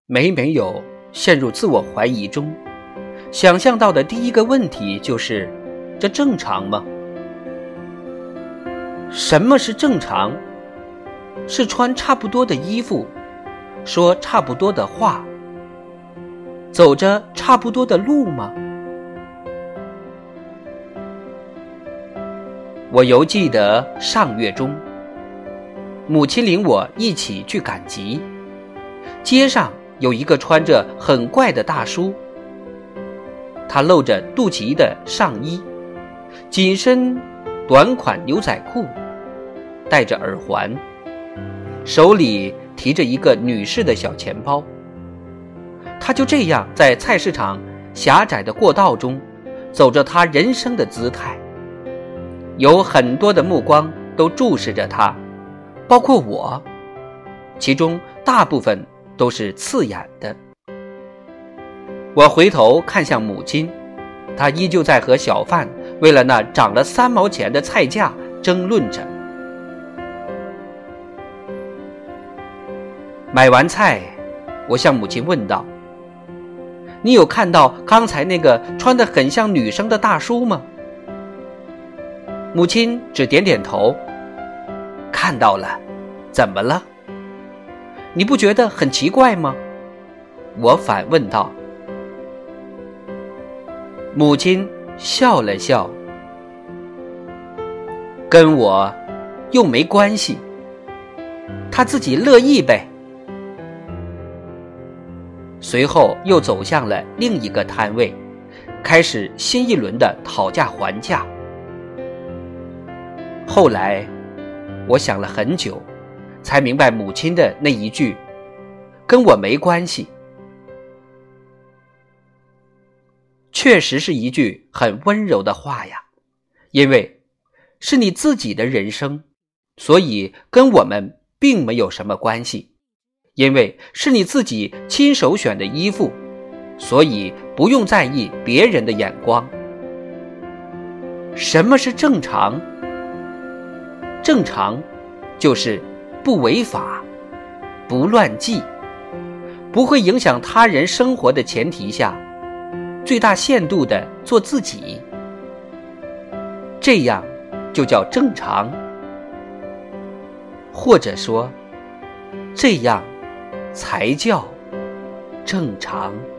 每每有陷入自我怀疑中，想象到的第一个问题就是：这正常吗？什么是正常？是穿差不多的衣服，说差不多的话，走着差不多的路吗？我犹记得上月中，母亲领我一起去赶集，街上有一个穿着很怪的大叔，他露着肚脐的上衣，紧身短款牛仔裤，戴着耳环，手里提着一个女士的小钱包。他就这样在菜市场狭窄的过道中走着他人生的姿态，有很多的目光都注视着他，包括我，其中大部分都是刺眼的。我回头看向母亲，她依旧在和小贩为了那涨了3毛钱的菜价争论着。买完菜，我向母亲问道：你有看到刚才那个穿得很像女生的大叔吗？母亲只点点头。看到了，怎么了？你不觉得很奇怪吗？我反问道。母亲笑了笑，跟我又没关系，他自己乐意呗。随后又走向了另一个摊位，开始新一轮的讨价还价。后来我想了很久，才明白母亲的那一句跟我没关系确实是一句很温柔的话呀，因为是你自己的人生，所以跟我们并没有什么关系，因为是你自己亲手选的衣服，所以不用在意别人的眼光。什么是正常？正常就是不违法，不乱纪，不会影响他人生活的前提下，最大限度地做自己，这样就叫正常，或者说这样才叫正常。